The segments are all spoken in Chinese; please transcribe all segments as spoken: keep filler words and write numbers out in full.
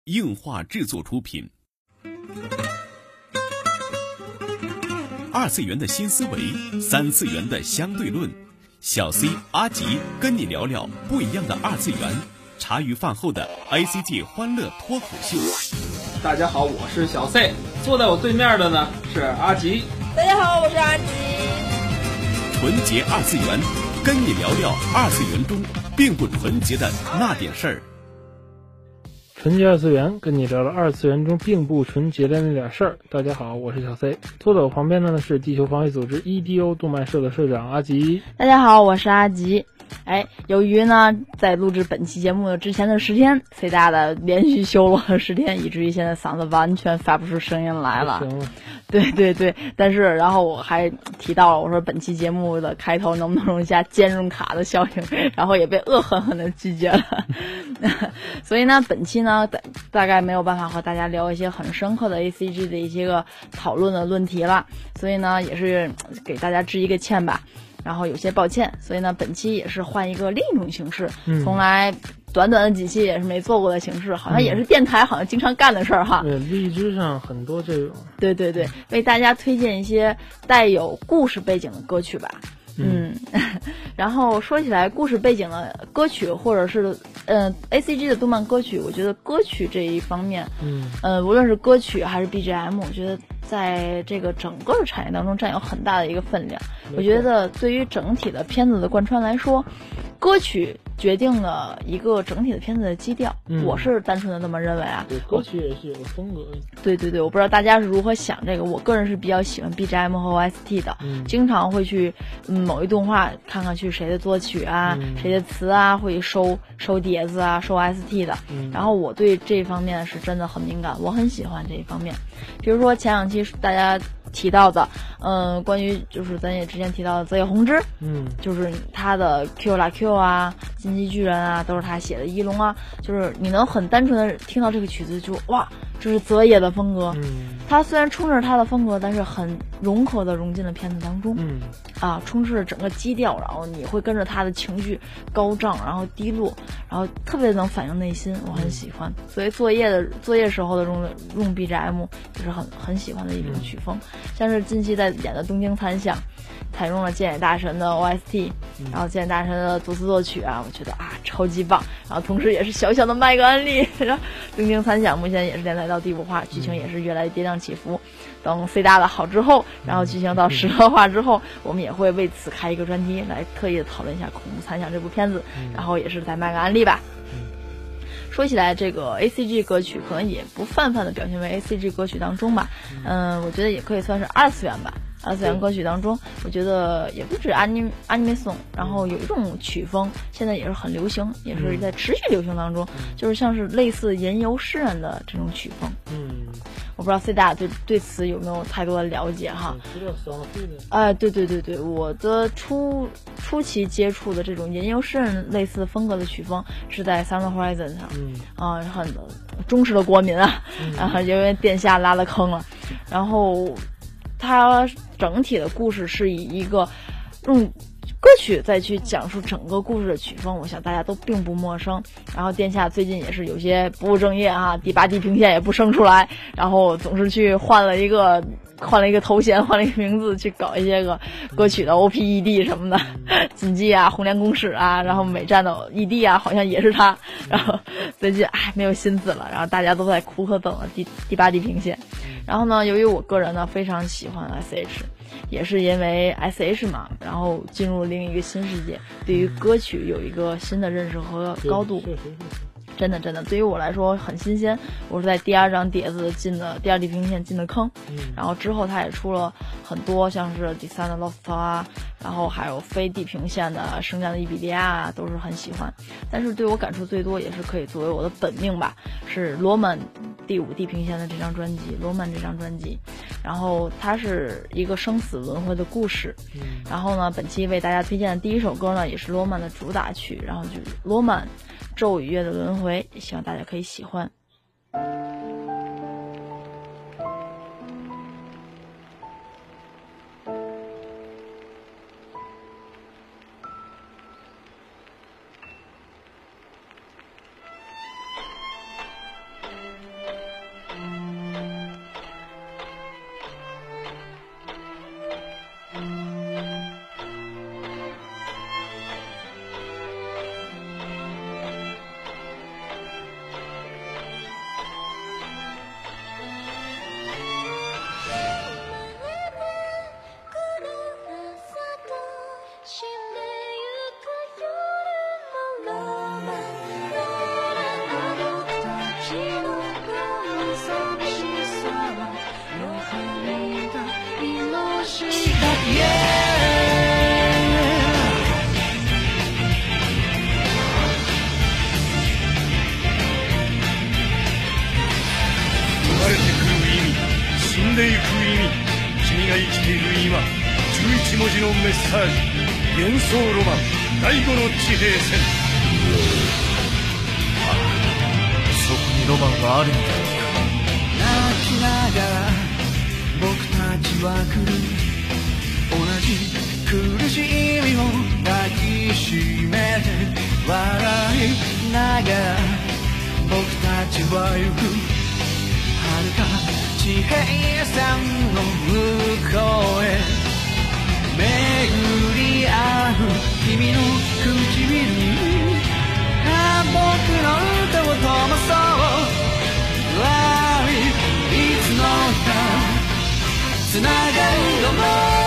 映画制作出品。二次元的新思维，三次元的相对论。小 C 阿吉跟你聊聊不一样的二次元。茶余饭后的 A C G 欢乐脱口秀。 大家好，我是小 C， 坐在我对面的呢是阿吉。 大家好，我是阿吉。 纯洁二次元，跟你聊聊二次元中并不纯洁的那点事儿。 纯洁二次元，跟你聊聊二次元中并不纯洁的那点事儿。大家好，我是小 C， 坐在我旁边的呢是地球防卫组织 E D O 动漫社的社长阿吉。 大家好，我是阿吉。哎，由于呢，在录制本期节目的之前的十天，C 大的连续休了十天，以至于现在嗓子完全发不出声音来了。 行了， 对对对，但是然后我还提到了，我说本期节目的开头能不能用一下兼容卡的效应，然后也被恶狠狠的拒绝了。所以呢，本期呢大大概没有办法和大家聊一些很深刻的 A C G 的一些个讨论的论题了，所以呢，也是给大家致一个歉吧。然后有些抱歉，所以呢，本期也是换一个另一种形式，嗯、从来短短的几期也是没做过的形式，好像也是电台好像经常干的事儿哈。 对，荔枝上很多这种。对对对，为大家推荐一些带有故事背景的歌曲吧。嗯，然后说起来，故事背景的歌曲或者是嗯、呃、A C G 的动漫歌曲，我觉得歌曲这一方面，嗯呃无论是歌曲还是 B G M， 我觉得在这个整个的产业当中占有很大的一个分量。我觉得对于整体的片子的贯穿来说，歌曲决定了一个整体的片子的基调，嗯、我是单纯的这么认为啊。 对，歌曲也是有风格。 对对对，我不知道大家是如何想这个，我个人是比较喜欢 B G M 和 O S T 的，嗯、经常会去嗯某一动画看看去谁的作曲啊，嗯、谁的词啊，会收收碟子啊，收 O S T 的。嗯、然后我对这方面是真的很敏感，我很喜欢这一方面。比如说前两期大家提到的，嗯、呃，关于就是咱也之前提到的泽野弘之，嗯，就是他的 Q 啦 Q 啊，进击巨人啊，都是他写的。一龙啊，就是你能很单纯的听到这个曲子就哇，这是泽野的风格。嗯，他虽然充斥他的风格，但是很融合的融进了片子当中。嗯，啊，充斥整个基调，然后你会跟着他的情绪高涨，然后低落，然后特别能反映内心，我很喜欢。嗯、所以作业的作业时候的用用 B G M 就是很很喜欢的一种曲风。像是近期在演的《东京残响》，采用了剑野大神的 O S T， 然后剑野大神的作词作曲啊，我觉得啊超级棒。然后同时也是小小的卖个案例，然后《东京残响》目前也是连载到第五话，剧情也是越来越跌宕起伏。等 C 大的好之后，然后剧情到十多话之后，我们也会为此开一个专题来特意的讨论一下《恐怖残响》这部片子，然后也是再卖个案例吧。说起来，这个 A C G 歌曲可能也不泛泛的表现为 A C G 歌曲当中吧，嗯，我觉得也可以算是二次元吧。二次元歌曲当中，我觉得也不止 anime anime song， 然后有一种曲风现在也是很流行，也是在持续流行当中，就是像是类似吟游诗人的这种曲风。嗯，我不知道 C 大对对此有没有太多的了解哈？哎、呃，对对对对，我的初初期接触的这种吟游诗人类似风格的曲风是在 Sound Horizon 上，嗯啊，很忠实的国民啊，然后因为殿下拉了坑了，然后。它整体的故事是以一个用歌曲再去讲述整个故事的曲风，我想大家都并不陌生。然后殿下最近也是有些不务正业啊，第八地平线也不生出来，然后总是去换了一个换了一个头衔，换了一个名字去搞一些个歌曲的 O P E D 什么的，锦记啊、红莲公使啊，然后美战的 E D 啊，好像也是他。然后最近哎没有新字了，然后大家都在苦苦等了第第八地平线。然后呢，由于我个人呢非常喜欢 S H， 也是因为 S H 嘛，然后进入另一个新世界，对于歌曲有一个新的认识和高度。真的真的，对于我来说很新鲜。我是在第二张碟子进的第二地平线进的坑，嗯、然后之后他也出了很多像是第三的 Lost 啊，然后还有非地平线的圣战的伊比利亚啊，都是很喜欢。但是对我感触最多，也是可以作为我的本命吧，是罗曼第五地平线的这张专辑，罗曼这张专辑。然后它是一个生死轮回的故事。嗯、然后呢，本期为大家推荐的第一首歌呢，也是罗曼的主打曲，然后就是罗曼。咒与月的轮回，也希望大家可以喜欢。 れてくる意味、死んでいく意味、君が生きている今、じゅういち文字のメッサージ、幻想ロマン第五の地平線。ああ、そこにロマンはあるのだ。 泣きながら僕たちは来る、同じ苦しみを抱きしめて笑いながら僕たちは行く、遥か地平線の向こうへ巡り合う君の唇に、ああ僕の歌を灯そう、ああいつの日かつながるのも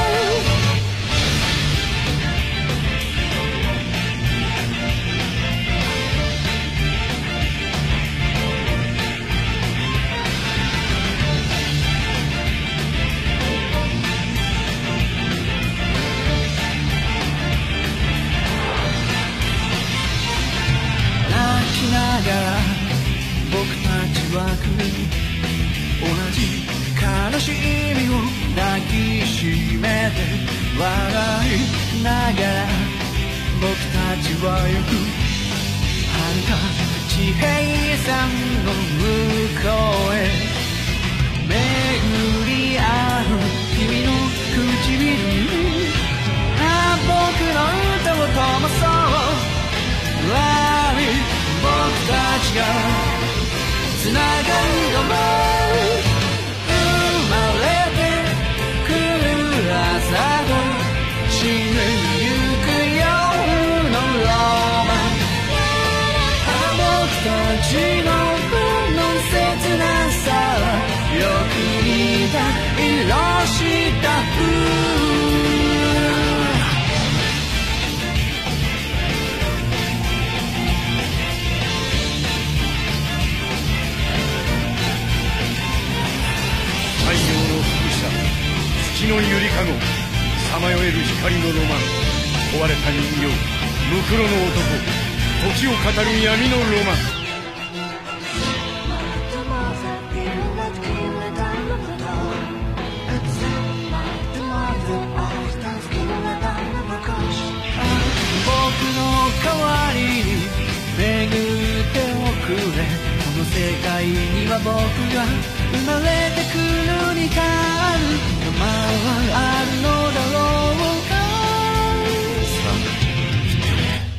泣きながら僕たちは来る、同じ悲しみを抱きしめて笑いながら僕たちは行く、遥か地平線の向こうへ巡り合う君の唇に、ああ僕の歌を灯そう、ああ僕たちがつながるのも、生まれてくる朝と死ぬゆく夜のロマン、僕たちのこの切なさはよく似た色した風。 太陽の風車、月のゆりかご、さまよえる光のロマン、壊れた人形、ムクロの男、時を語る闇のロマン。僕の代わりに巡っておくれ、この世界には僕が生まれてくるに変わる山はあるのだろうか。さあ行ってくれ。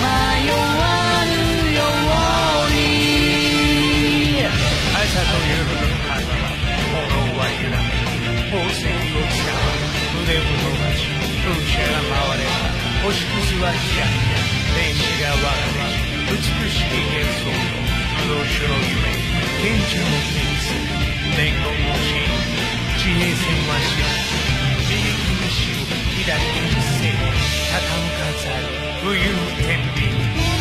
迷わぬように朝と夜の狭間炎は揺らめ宝石をつかむ腕を伸ばし風車が回れば星屑は開いた電子がわかれ美しき幻想と不動書の夢賢者の手にする伝言を信じ地平線は知らず右に死を左に生を傾かざる冬の天秤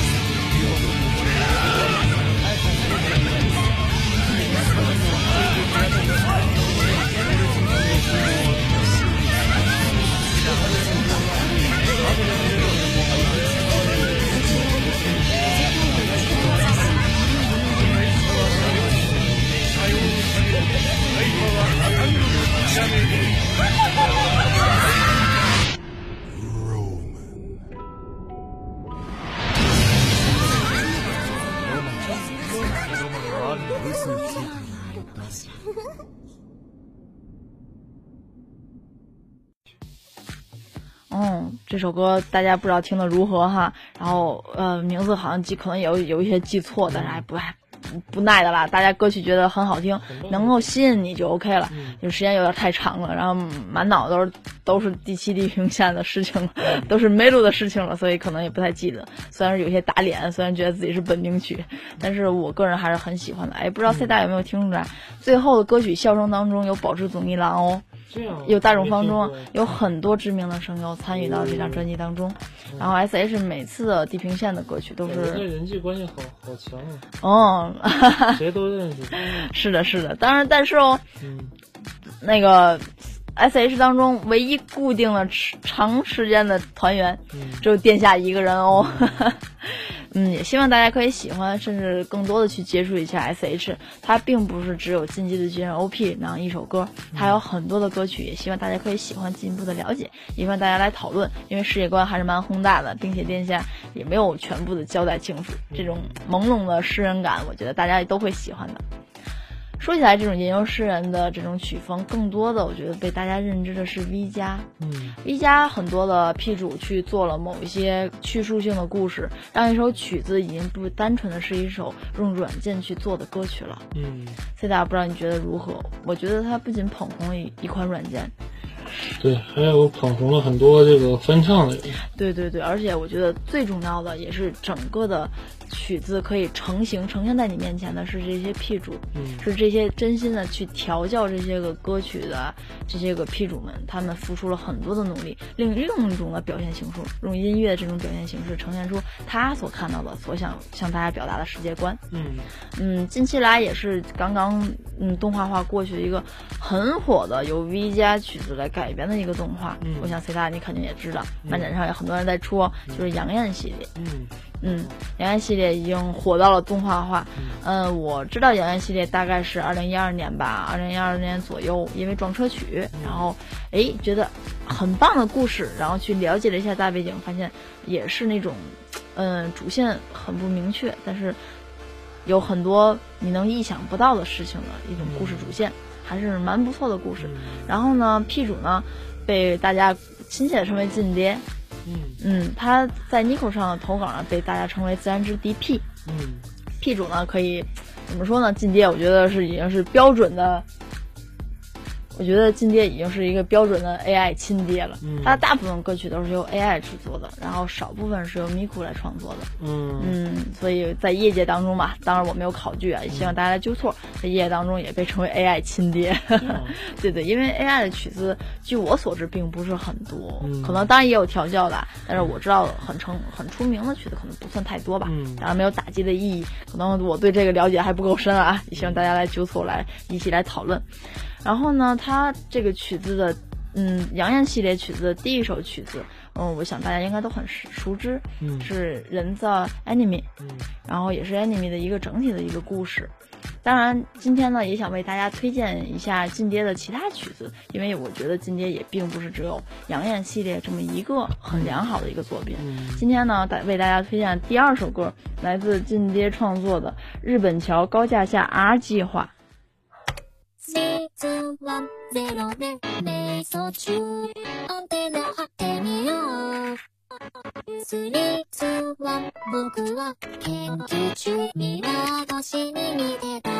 嗯，这首歌大家不知道听得如何哈，然后呃名字好像记可能有有一些记错，但是还不还不耐的啦。大家歌曲觉得很好听，能够吸引你就 OK 了。就时间有点太长了，然后满脑都是都是第七地平线的事情了，都是梅鲁的事情了，所以可能也不太记得。虽然有些打脸，虽然觉得自己是本名曲，但是我个人还是很喜欢的。哎，不知道 C 大有没有听出来，最后的歌曲笑声当中有保持总一郎哦。有大众方中有很多知名的声优参与到这张专辑当中，嗯、然后 S H 每次的地平线的歌曲都是人际关系好好强啊， 哦，谁都认识。 是的，是的，当然，但是哦， 嗯， 那个 S H 当中唯一固定的长时间的团员、嗯、只有殿下一个人哦。嗯，也希望大家可以喜欢，甚至更多的去接触一下 S H。它并不是只有进击的巨人 O P 那样一首歌，它有很多的歌曲，也希望大家可以喜欢，进一步的了解，也希望大家来讨论，因为世界观还是蛮宏大的，并且殿下也没有全部的交代清楚，这种朦胧的诗人感，我觉得大家也都会喜欢的。说起来，这种研究诗人的这种曲风，更多的我觉得被大家认知的是 V 加。嗯 ，V 加很多的 P 主去做了某一些叙述性的故事，让一首曲子已经不单纯的是一首用软件去做的歌曲了。嗯 ，C 大不知道你觉得如何？我觉得它不仅捧红了一一款软件。 对，还有捧红了很多这个翻唱的人。 对对对，而且我觉得最重要的也是整个的曲子可以成型呈现在你面前的是这些 P 主，嗯，是这些真心的去调教这些个歌曲的这些个 P 主们，他们付出了很多的努力，用另一种的表现形式，用音乐这种表现形式呈现出他所看到的、所想向大家表达的世界观。嗯嗯，近期来也是刚刚嗯动画化过去的一个很火的由 V 加曲子来改编的一个动画，嗯，我想 C 大你肯定也知道，漫展上有很多人在出，就是杨艳系列，嗯。嗯，杨艳系列已经火到了动画化。嗯、呃，我知道杨艳系列大概是二零一二年吧，二零一二年左右，因为撞车曲，然后诶觉得很棒的故事，然后去了解了一下大背景，发现也是那种，嗯、呃，主线很不明确，但是有很多你能意想不到的事情的一种故事主线，还是蛮不错的故事。然后呢 ，P 主呢被大家亲切地称为劲爹。嗯嗯，他在 Nico 上的投稿呢，被大家称为自然之 D P。嗯 ，P 主呢可以怎么说呢？劲爹我觉得是已经是标准的，我觉得劲爹已经是一个标准的 A I 亲爹了。嗯，他大部分歌曲都是由 A I 制作的，然后少部分是由 Miku 来创作的。嗯嗯，所以在业界当中吧，当然我没有考据啊，也希望大家来纠错，在业界当中也被称为 A I 亲爹。嗯、对对，因为 A I 的曲子，据我所知并不是很多，嗯、可能当然也有调教的，但是我知道很成很出名的曲子可能不算太多吧。嗯，当然没有打击的意义，可能我对这个了解还不够深啊，也希望大家来纠错，来一起来讨论。然后呢，他这个曲子的，嗯，杨艳系列曲子的第一首曲子，嗯，我想大家应该都很熟知，嗯，是人造 Enemy， 嗯，然后也是 Enemy 的一个整体的一个故事。当然，今天呢，也想为大家推荐一下劲爹的其他曲子，因为我觉得劲爹也并不是只有杨艳系列这么一个很良好的一个作品。嗯、今天呢，为大家推荐第二首歌，来自劲爹创作的《日本桥高架下 R 计划》。シーズンワンゼロで瞑想中アンテナ張ってみようスリーツーワン僕は研究中ミラー越しに見てた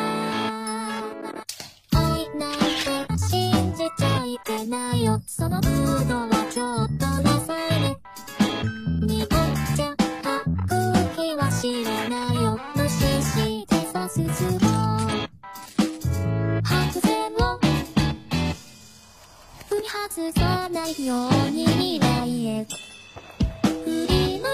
愛なんて信じちゃいけないよそのムードはちょっとダサいね濁っちゃ空気は知らないよ無視してさ進もう白線を踏み外さないように未来へ振り向いて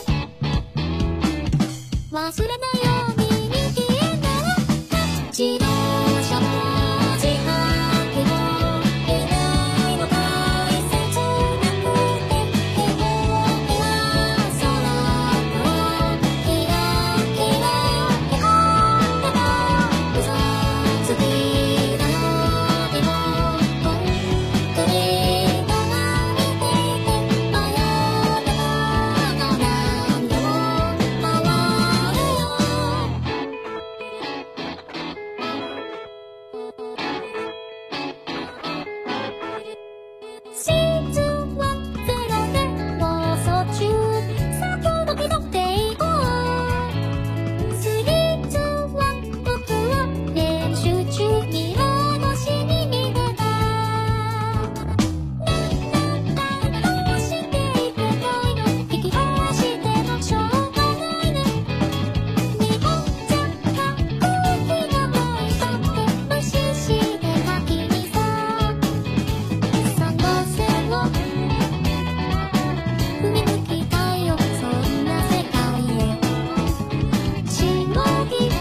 忘れないように見消えたら自動車も自販機もいないの大切なくて平和空とキラキラ光ってた嘘つきだよでもコンクリートが見ていて迷ってたの何度も回るよシーズンはゼロで妄想中先ほど気取っていこうスリーツーワン僕は練習中ミラー越しに見てたなんだどうしていけないの引き返してもしょうがないね日本じゃ空気がないだって無視してた君さ三号線を踏み抜きたいよそんな世界へしのぎ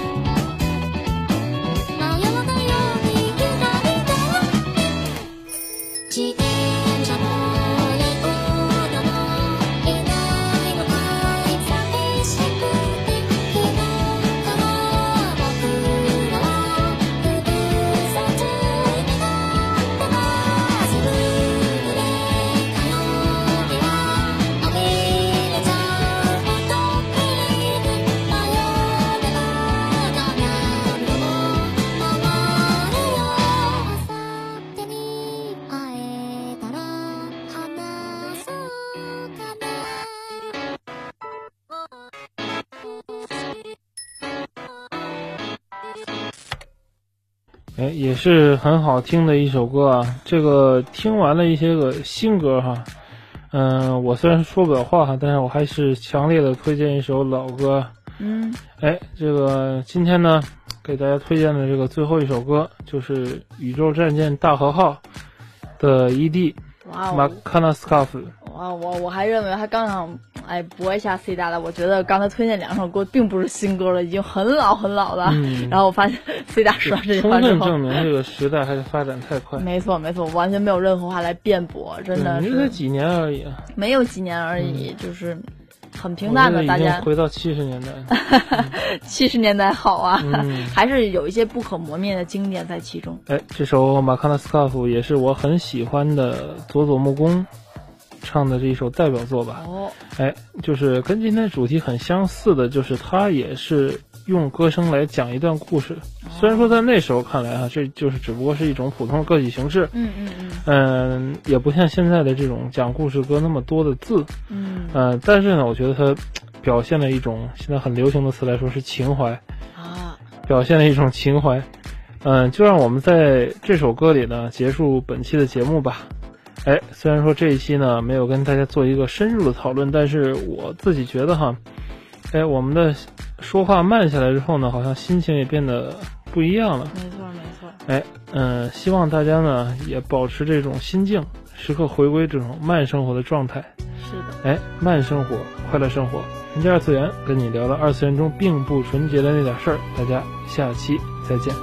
迷わないように左から自転車もレコードもいないのかい寂しくて昨日から僕らはふるさとになってますすぐで火曜日はあげれちゃうときに迷ってたが何度も回るよ明後日に会えたら話そうかな哎，也是很好听的一首歌啊。这个听完了一些个新歌哈，嗯，我虽然说不了话哈，但是我还是强烈的推荐一首老歌。 嗯， 哎，这个今天呢，给大家推荐的这个最后一首歌就是《宇宙战舰大和号》的 E D 哇马卡纳斯卡夫。 哇，我我还认为他刚想哎播一下 C 大的，我觉得刚才推荐两首歌并不是新歌了，已经很老很老了。 嗯然后我发现 C 大说这句充话之后， 分证明这个时代还是发展太快。 没错没错，完全没有任何话来辩驳，真的你这是几年而已， 没有几年而已，就是很平我淡的， 觉得已经大家回到七十年代。 七十年代好啊， 嗯还是有一些不可磨灭的经典在其中。 哎，这首马卡纳斯卡夫也是我很喜欢的佐佐木工唱的这一首代表作吧。 哦， 哎，就是跟今天的主题很相似的，就是他也是用歌声来讲一段故事。虽然说在那时候看来啊，这就是只不过是一种普通的个体形式， 嗯嗯嗯嗯，也不像现在的这种讲故事歌那么多的字， 嗯嗯，但是呢，我觉得它表现了一种现在很流行的词来说是情怀， 啊， 表现了一种情怀。嗯，就让我们在这首歌里呢结束本期的节目吧。哎，虽然说这一期呢没有跟大家做一个深入的讨论，但是我自己觉得哈，哎，我们的说话慢下来之后呢，好像心情也变得不一样了。 没错没错。 哎，嗯，希望大家呢也保持这种心境，时刻回归这种慢生活的状态。 是的。 哎，慢生活，快乐生活。人家二次元跟你聊了二次元中并不纯洁的那点事儿，大家下期再见。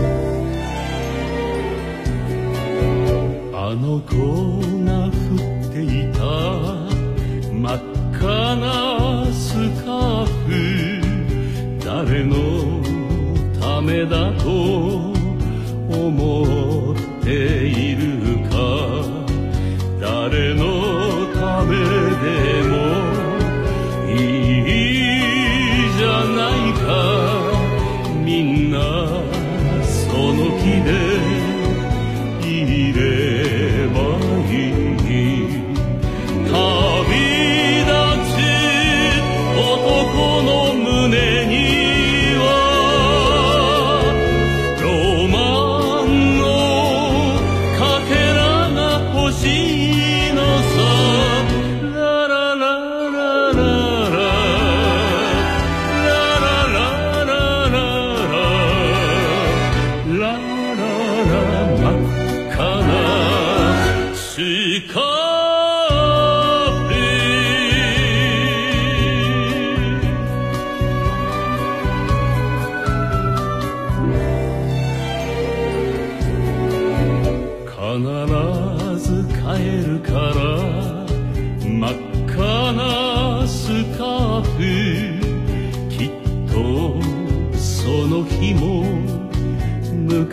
あの子が振っていた真っ赤なスカーフ誰のためだと思っているか誰のためでもいいじゃないかみんなその気でいればいい旅立つ男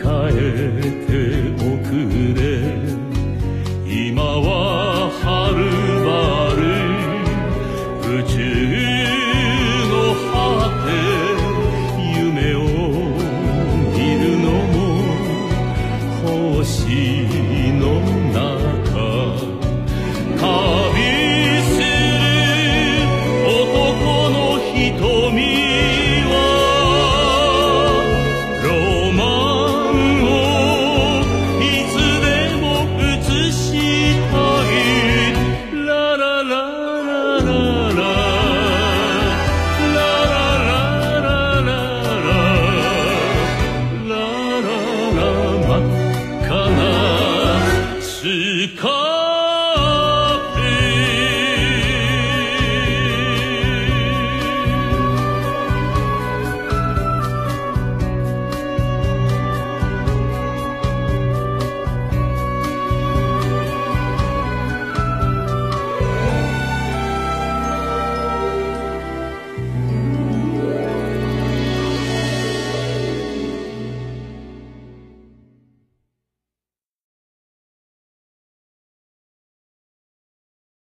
えておくれ今ははるばる宇宙